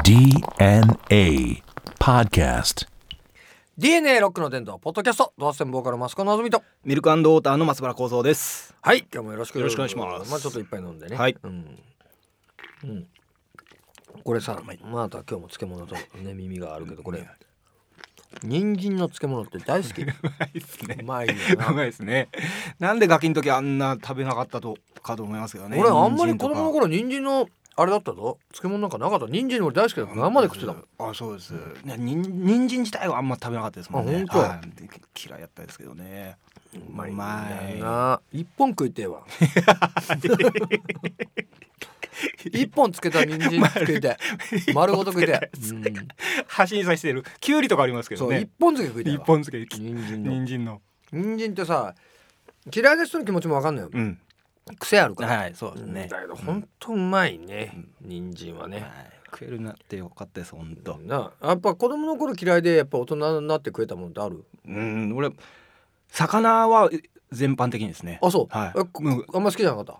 DNA Podcast DNA ロックの伝道ポッドキャストドアステンボーカルマスコのあずみとミルク&ウォーターの松原幸三です。 はい今日もよろしくお願いしますまあちょっといっぱい飲んでねはい、 これさ、また今日も漬物とね耳があるけどこれ人参の漬物って大好きうまいですね。 うまいよなうまいですね。なんでガキの時あんな食べなかったとかと思いますけどね。 俺あんまり子人参とか供の頃人参のあれだったぞ漬物なんかなかった。人参俺大好きだから生で食ってたもん。 あ、そうです。人参自体はあんま食べなかったですもんね。 あ本当はい嫌いやったですけどね。 うまいんうまいだよな。一本食いてえわ一本つけた人参食いてえ丸ごと食いてえ、 端にさしてるきゅうりとかありますけどね。 そう一本漬け食いてえわ。 一本漬け人参の人参の人参ってさ嫌いな人の気持ちもわかんないよ、癖あるから、 はいそうですね。 だけどほんとうまいね、人参はね、 はい食えるなってよかったです本当。 なやっぱ子供の頃嫌いでやっぱ大人になって食えたものってある？ 俺魚は全般的にですね。 あそう、 はいあんま好きじゃなかった？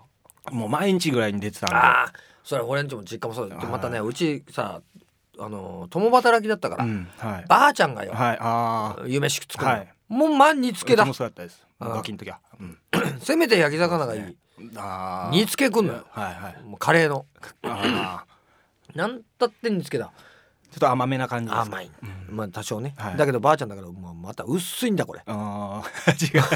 もう毎日ぐらいに出てたんで。 ああそれ俺んちも実家もそうだってまたねうちさ共働きだったから、 はいばあちゃんがよ、 はいあ夢しく作るの、 はいもう毎日漬けだうちもそうだったです。ガキの時は。 せめて焼き魚がいい、煮付けくんのよ、 はいはいもうカレーのあなんたって煮付けだちょっと甘めな感じですか。 甘い、まあ多少ね、 はいだけどばあちゃんだからもうまた薄いんだこれ違う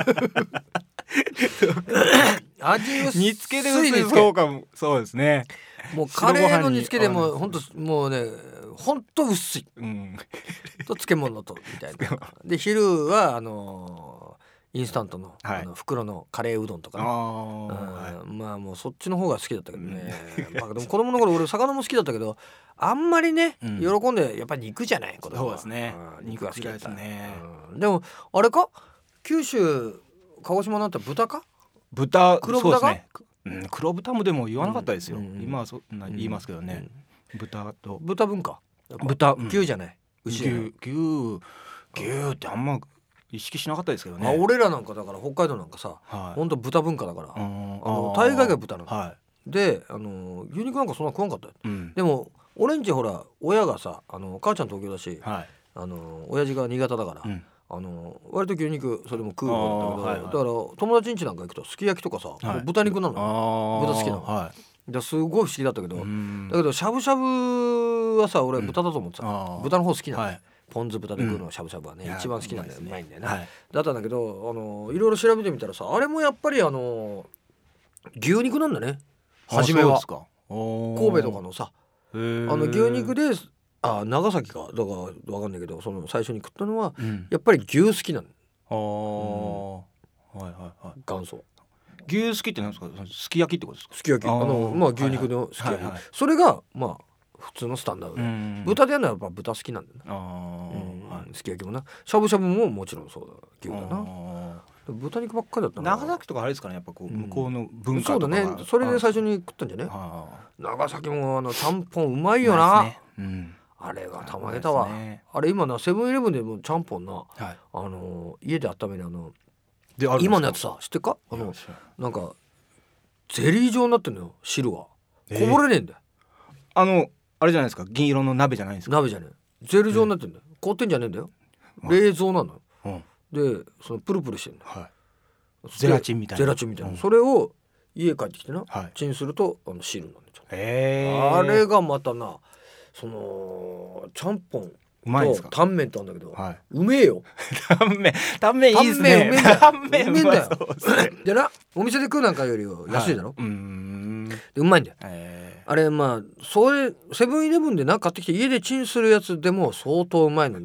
味薄い煮付けで薄い煮付けそうかも。そうですね。 もうカレーの煮付けでも白ご飯にほんともうねほんと薄いと漬物とみたいなで昼はインスタントの、 はい袋のカレーうどんとかね、まあもうそっちの方が好きだったけどね、まあでも子供の頃俺魚も好きだったけどあんまりね、喜んでやっぱり肉じゃない子供は。 そうですね肉が好きだった肉嫌いですね。 でもあれか九州鹿児島なんて豚か豚黒豚がそうですね。黒豚もでも言わなかったですよ。今はそんな言いますけどね。豚と豚文化豚牛じゃない牛じゃない牛ってあんま意識しなかったですけどね。 俺らなんかだから北海道なんかさ、ほんと豚文化だから大概が豚なの、で牛肉なんかそんな食わんかったよ、でも俺んちほら親がさ母ちゃん東京だし、親父が新潟だから、割と牛肉それも食うんだけど、だから友達ん家なんか行くとすき焼きとかさ、もう豚肉なの、豚好きなの、ですごい不思議だったけど、だけどしゃぶしゃぶはさ俺豚だと思ってた、豚の方好きなの、ポン酢豚で食うのしゃぶしゃぶはね、一番好きなんだよ、うまいんだよね、だったんだけどいろいろ調べてみたらさあれもやっぱり牛肉なんだね初めは。神戸とかのさ牛肉で長崎かだから分かんないけどその最初に食ったのは、やっぱり牛好きなの、元祖牛好きってなんですか？すき焼きってことですか？ すき焼きまあ牛肉のすき焼き、それがまあ普通のスタンダードで、豚でやるのはやっぱ豚好きなんだよな、すき焼きもなしゃぶしゃぶももちろんそうだ牛だな、豚肉ばっかりだったな。 長崎とかあれですかね、やっぱこう向こうの文化とかそうだね、それで最初に食ったんじゃね。長崎もちゃんぽんうまいよな、あれがたまげたわ、あれ今なセブンイレブンでもちゃんぽんな、家で温める今のやつさ知ってるか？なんかゼリー状になってんのよ、汁がこぼれねえんだよ。 あれじゃないですか、銀色の鍋じゃないですか？ 鍋じゃねえ、ゼリー状になってんだよ、凍ってんじゃねえんだよ、冷蔵なのよ、でそのプルプルしてんだよ、 ゼラチンみたいな、 それを家帰ってきてな、チンすると汁なんだよ、あれがまたなそのちゃんぽんとタンメンってあるんだけど、うめえよタンメンいいですね。 タンメンうめえんだよでなお店で食うなんかより安いだろ、でうまいんだよ、あれまあそれセブンイレブンでな買ってきて家でチンするやつでも相当うまいのに、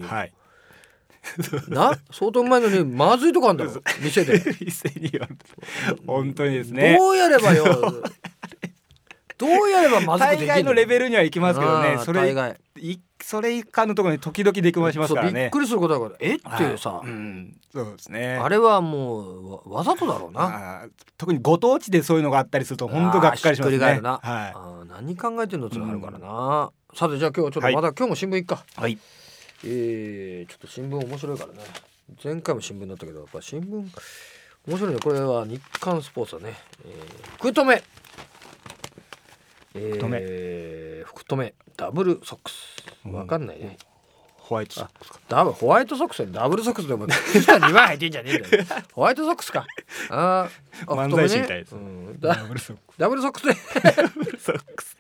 相当うまいのにまずいとこあるんだろ店で本当にですね。 どうやればまずくできる大概のレベルにはいきますけどね、それ以下のところに時々出くわしますからね。 びっくりすることだからってさ、 そうですね、 あれはもうわざとだろうな。 特にご当地でそういうのがあったりすると本当がっかりしますね。 何考えてんのってのあるからな、さてじゃあ今日ちょっとまた今日も新聞いっか。ちょっと新聞面白いからね、前回も新聞だったけどやっぱ新聞面白いね。これは日刊スポーツだね、食い止め福留ダブルソックスわかんないね。 ホワイトソックスか。 ホワイトソックスダブルソックスでも2枚入ってんじゃねえんだよ。ホワイトソックスか。 漫才師みたいです、ダブルソックス。 ダブルソックスでダブルソックス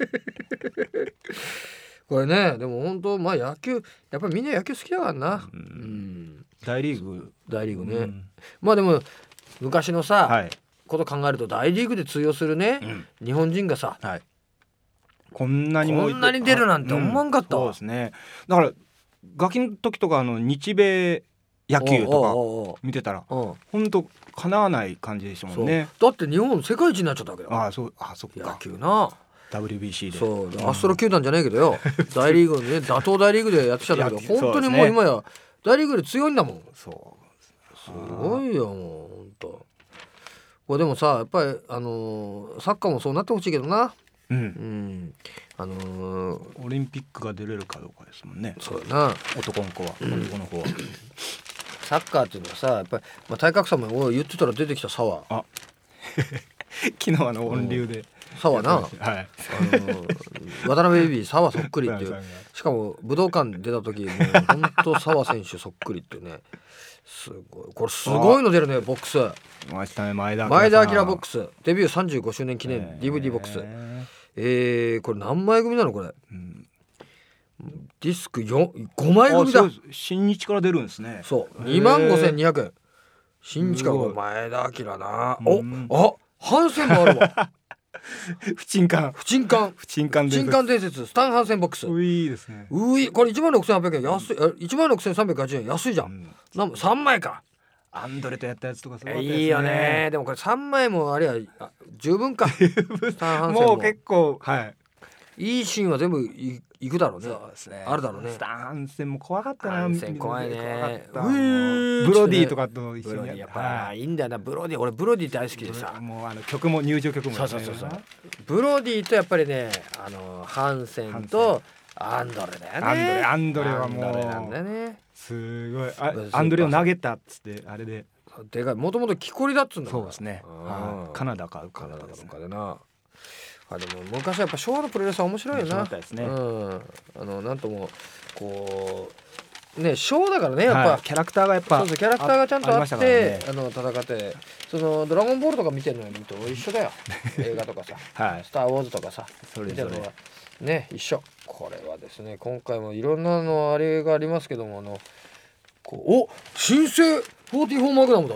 これね、でも本当まあ野球やっぱりみんな野球好きだからな。 大リーグね。まあでも昔のさ、こと考えると大リーグで通用するね、日本人がさ、こんなに出るなんて思わんかったわ。 そうですね。だからガキの時とか日米野球とか見てたら本当かなわない感じでしたもんね。 だって日本世界一になっちゃったわけだ。 そっか。 野球な。 WBC で。 そう、アストロ球団じゃないけどよ。大リーグね、打倒大リーグでやってきちゃったけど、本当にもう今や大リーグで強いんだもん。すごいよもう本当。これでもさ、やっぱりサッカーもそうなってほしいけどな。オリンピックが出れるかどうかですもんね。 そうだな。 男の方は。 サッカーっていうのはさ、やっぱり体格差も言ってたら出てきた沢。 昨日音流で。 沢な。渡辺ベビー沢そっくりっていう。しかも武道館出た時もう本当沢選手そっくりっていうね。すごい。これすごいの出るね、ボックス。前田明ボックス。デビュー35周年記念 DVD ボックス。これ何枚組なのこれ。ディスク5枚組だ。 新日から出るんですね。 そう25,200円。新日から前田明な。ハンセンもあるわ。 不沈艦伝説スタンハンセンボックス。 いいですね。 これ16,800円安い。16,380円安いじゃん。3枚か。 アンドレとやったやつとかすごいいいよね。でもこれ3枚もありゃ十分か。スタンハンセンもう結構いいシーンは全部いくだろうね。 そうですね。 あるだろうね。 スタンハンセンも怖かったな。 ハンセン怖いね。 ブロディとかと一緒にやっぱいいんだよな。ブロディ、俺ブロディ大好きでさ。 もう曲も入場曲も。 そう。ブロディとやっぱりね、ハンセンとアンドレだよね。 アンドレはもうなんだよね。 すごい。アンドレを投げたっつってあれで。 でかい。もともと木こりだっつうんだから。 そうですね。カナダかでな。でも昔はやっぱ昭和のプロレスは面白いよな。 面白かったですね。 なんともこうね、昭和だからね、やっぱキャラクターがやっぱキャラクターがちゃんとあって戦って、ドラゴンボールとか見てるのと一緒だよ。映画とかさ、スターウォーズとかさ、見てるのはね一緒。これはですね、今回もいろんなあれがありますけども、新生44マグナムだって。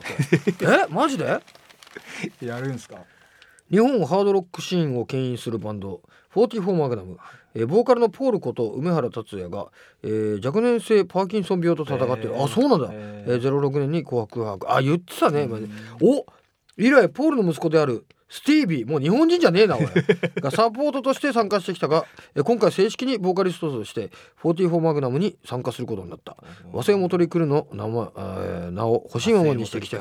マジでやるんすか。 日本ハードロックシーンを牽引するバンド44マグナム、ボーカルのポールこと梅原達也が、若年性パーキンソン病と戦ってる。そうなんだ。06年に紅白言ってたね。以来ポールの息子であるスティービー、もう日本人じゃねえな俺がサポートとして参加してきたが、今回正式にボーカリストとして44マグナムに参加することになった。和製モトリクルの名を欲しいままにしてきた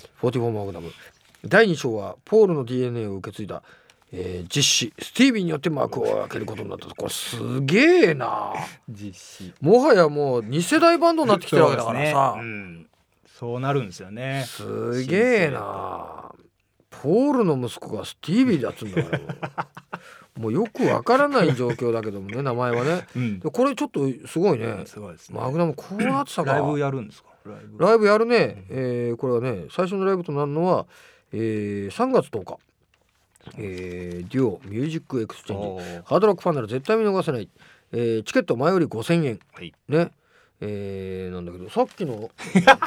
44マグナム。第2章はポールの DNA を受け継いだ、実子スティービーによって幕を開けることになった。これすげえな。もはやもう2世代バンドになってきてるわけだからさ。 そうなるんですよね。 すげえな。ポールの息子がスティービーだっつうんだからもうよくわからない状況だけどもね、名前はね。これちょっとすごいね。マグナムこうなってたか。 ライブやるんですか。 ライブやるね。これはね、最初のライブとなるのは3月10日、デュオミュージックエクスチェンジハードロックファンなら絶対見逃せない、チケット前より5,000円、ね、なんだけどさっきのこ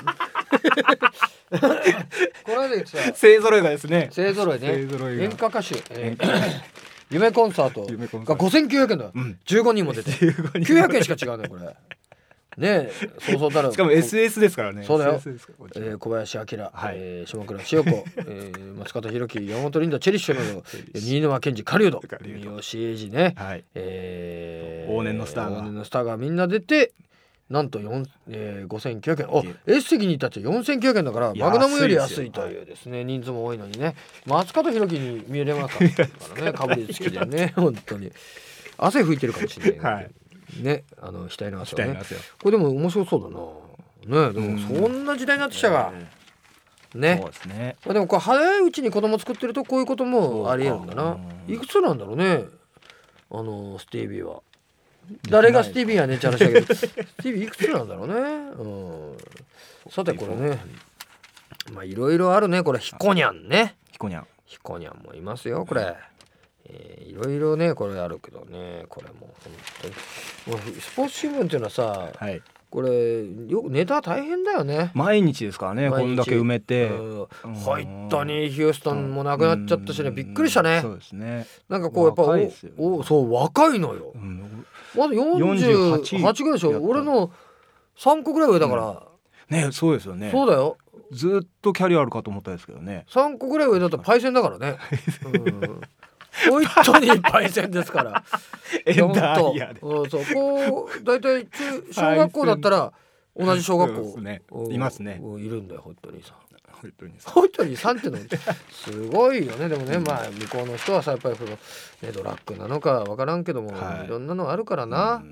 の間言ってた勢ぞろいがですね。 勢ぞろいね。演歌歌手、夢コンサートが5,900円だよ。15人も出て900円しか違うねこれね。そうたる。 しかも SS ですからね。 そうだよ。小林明、下倉千代子、松方弘樹、山本リンダ、チェリッシュなど新沼賢治、狩人、三好英二ね、 往年のスターがみんな出て、なんと5,900円。S 席にいたって4,900円だからマグナムより安いというですね。人数も多いのにね。松方弘樹に見えれなかったからね。かぶりつきでね本当に汗拭いてるかもしれないね。額の汗はね。これでも面白そうだな。ね、でもそんな時代になってきたがね。そうですね。でもこれ早いうちに子供作ってるとこういうこともありえるんだな。 いくつなんだろうね、スティービーは。誰がスティービーやねんって話だけどスティービーいくつなんだろうね。さてこれね、まあいろいろあるね。これヒコニャンね。ヒコニャンもいますよこれ。いろいろねこれあるけどね、これも本当にもうスポーツ新聞っていうのはさ、これよくネタ大変だよね。 毎日ですからね、こんだけ埋めて。 本当にヒューストンもなくなっちゃったしね、びっくりしたね。 そうですね。 なんかこうやっぱそう若いのよ。まだ48ぐらいでしょ。俺の3個ぐらい上だからね。そうですよね。 そうだよ。 ずっとキャリアあるかと思ったんですけどね。 3個ぐらい上だとパイセンだからね。本当にパイセンですから。 エンダーイヤーで。 そうこうだいたい小学校だったら同じ小学校いますね。 いるんだよ本当にさ。本当に3ってのすごいよね。でもね、まあ向こうの人はさやっぱりそのドラッグなのかわからんけども、いろんなのあるからな。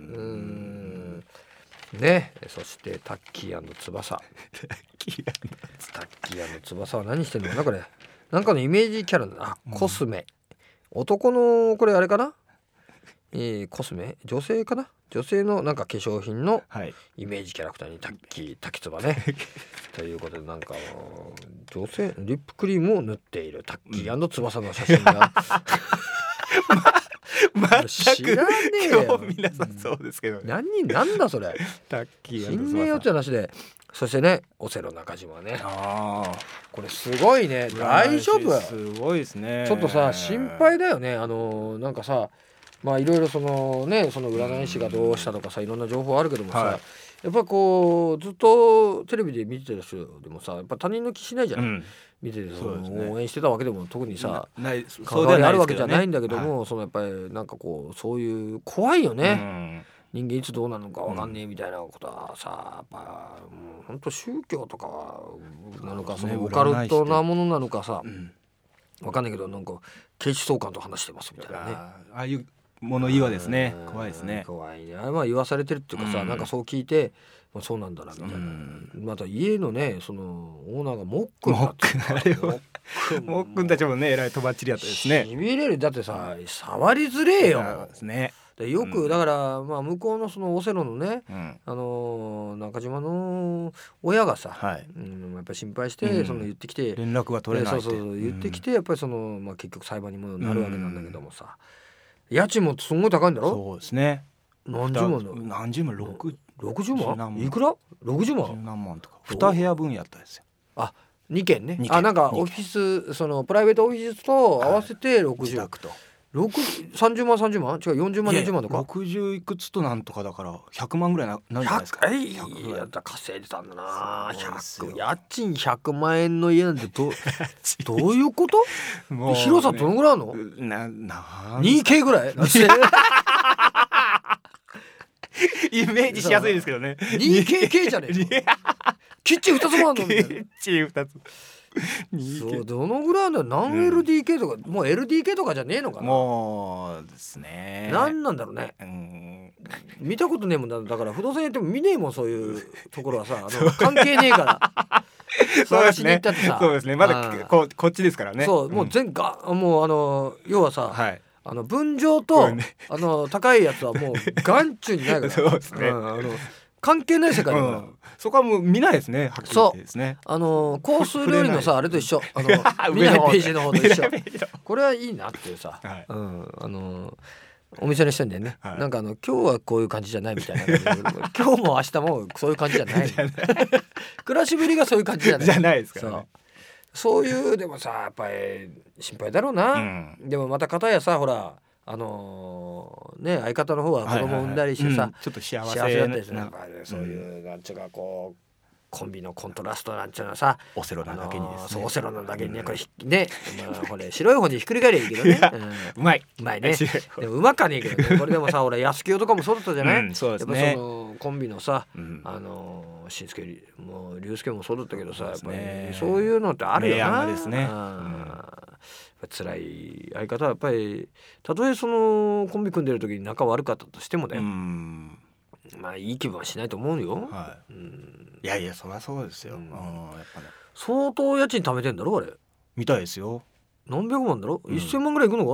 ね。そしてタッキー&翼。タッキー&翼は何してんのかなこれ。なんかのイメージキャラだ。コスメ。男のこれあれかな。コスメ女性かな。女性のなんか化粧品のイメージキャラクターに滝つばねということで、なんか女性リップクリームを塗っているタッキー&翼の写真が全く知らねえよ。 皆さんそうですけど、 なんだそれ。 タッキー&翼死んねえよって話で。そしてねオセロ中島ね。これすごいね。大丈夫。 すごいですね。 ちょっとさ心配だよね。なんかさまあいろいろそのねその占い師がどうしたとかさいろんな情報あるけどもさ、やっぱこうずっとテレビで見てる人でもさやっぱ他人の気しないじゃん。見てて応援してたわけでも特にさ関わりあるわけじゃないんだけども、そのやっぱりなんかこうそういう怖いよね。人間いつどうなのかわかんねえみたいなことはさやっぱもう本当宗教とかなのかそのオカルトなものなのかさわかんないけど、なんか警視総監と話してますみたいなね。 ああいう物言わですね。怖いですね。 怖いね。あれは言わされてるっていうかさ、なんかそう聞いて、まあ、そうなんだなみたいな。また家のねそのオーナーがモックンだってモックンたちもねえらいとばっちりやったですね。 しびれる。だってさ触りづれえよ。 ですね。 でよくだからまあ向こうのそのオセロのね、中島の親がさ、やっぱり心配してその言ってきて連絡が取れないって。 そう言ってきてやっぱりそのまあ結局裁判にもなるわけなんだけどもさ、家賃もすごい高いんだろ。 そうですね。 何十万 60 万いくら60万何万とか2部屋分やったですよ。 あ2軒ね。なんかオフィスそのプライベートオフィスと合わせて60、30万30万違う40万20万とか 60いくつとなんとかだから100万ぐらいなんじゃないですか。 いやだ稼いでたんだな。家賃100万円の家なんてどういうこと？広さどのぐらいあるの？2K ぐらいイメージしやすいですけどね。 2KK じゃねえか。キッチン2つもあるのみたいな。 キッチン2つそうどのぐらいあるんだよ。何 LDK とか、もう LDK とかじゃねえのかな。 もうですね。 何なんだろうね。見たことねえもんだ。だから不動産やっても見ねえもんそういうところはさ関係ねえから探しに行ったってさ。 そうですね。まだこっちですからね。 そうもうもう要はさ、分譲と高いやつはもう眼中にないからそうですね。 関係ない世界だから、 そこはもう見ないですね。はっきり言ってですね。 コース料理のさあれと一緒。見ないページの方と一緒。これはいいなっていうさ、お店の人にね、なんか今日はこういう感じじゃないみたいな今日も明日もそういう感じじゃない暮らしぶりがそういう感じじゃないですからね。 そういうでもさやっぱり心配だろうな。でもまた片やさほら相方の方は子供産んだりしてさ、 ちょっと幸せだったりする。そういうなんちゅうかこうコンビのコントラストなんちゅうのはさオセロなだけにですね。 オセロなだけにねこれねこれ白い方にひっくり返りゃいいけどね。 うまいね。でもうまかねえけどね。これでもさ俺安清とかもそうだったじゃない。 そうですね。 やっぱそのコンビのさしんすけも龍介もそうだったけどさやっぱりそういうのってあるよな。 ですね。 辛い相方はやっぱりたとえそのコンビ組んでる時に仲悪かったとしてもね、まあいい気分はしないと思うよ。 いやいやそりゃそうですよ。やっぱね相当家賃貯めてんだろあれ。 みたいですよ。 何百万だろ、1000万ぐらいいくのか。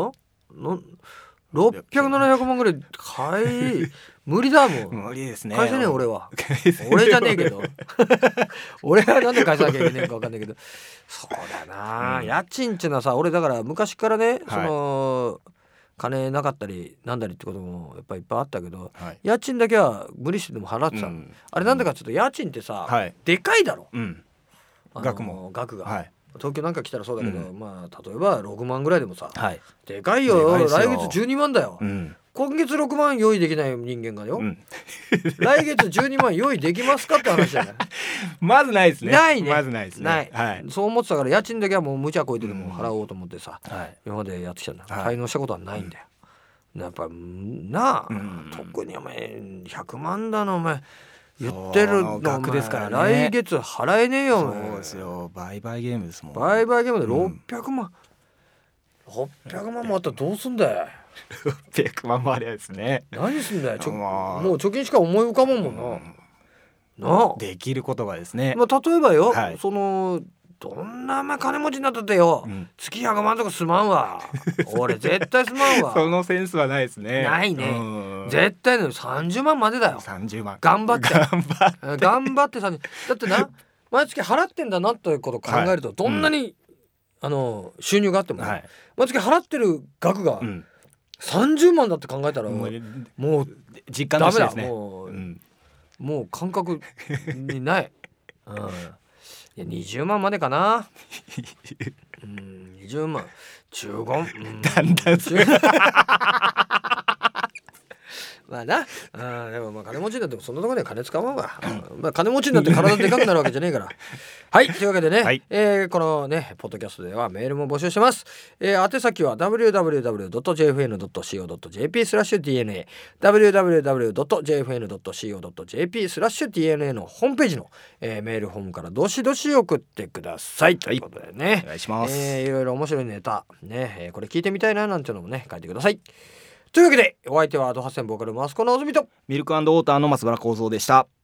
600-700万ぐらい買い無理だもん。 無理ですね。 返せねえ俺は俺じゃねえけど俺はなんで返さなきゃいけないか分かんないけどそうだな、家賃っていうのはさ、俺だから昔からね、その金なかったりなんだりってこともやっぱいっぱいあったけど、家賃だけは無理してでも払ってた、あれなんだかちょっと家賃ってさ、でかいだろ、額が、東京なんか来たらそうだけど、まあ例えば6万ぐらいでもさ、でかいよ。来月12万だよ、今月6万用意できない人間がよ、来月12万用意できますかって話じゃないまずないですね。 ないね。 まずないですね。 そう思ってたから、家賃だけはもう無茶こいてでも払おうと思ってさ、今までやってきたんだ。滞納したことはないんだよ、やっぱなあ、特にお前100万だのお前言ってるの額ですからね。 来月払えねえよ。 そうですよ、売買ゲームですもん。 売買ゲームで600万、600万もあったらどうすんだよ。 600万もあれですね。 何すんだよ。もう貯金しか思い浮かばんもんな。なあ、 できることがですね、 まあ、例えばよ、そのどんな金持ちになったってよ、月100万とかすまんわ俺絶対すまんわそのセンスはないですね。 ないね、絶対ね。30万までだよ。 30万頑張ってさ、だってな毎月払ってんだなっていうことを考えると、どんなに、収入があっても、毎月払ってる額が30万だって考えたら、もう実感としてですね。 もう感覚にない、いや20万までかな20万15万、 だんだんまあな、でもまあ金持ちになってもそんなところで金使わんわ、まあ金持ちになって体でかくなるわけじゃねえからはいというわけでね、このねポッドキャストではメールも募集してます。宛先は www.jfn.co.jp/dna www.jfn.co.jp/dna のホームページの、メールフォームからどしどし送ってくださいということでね、 お願いします。 いろいろ面白いネタね、これ聞いてみたいななんていうのもね書いてください。というわけでお相手はアドハッセンボーカルマスコのおずみとミルク&ウォーターの松原幸三でした。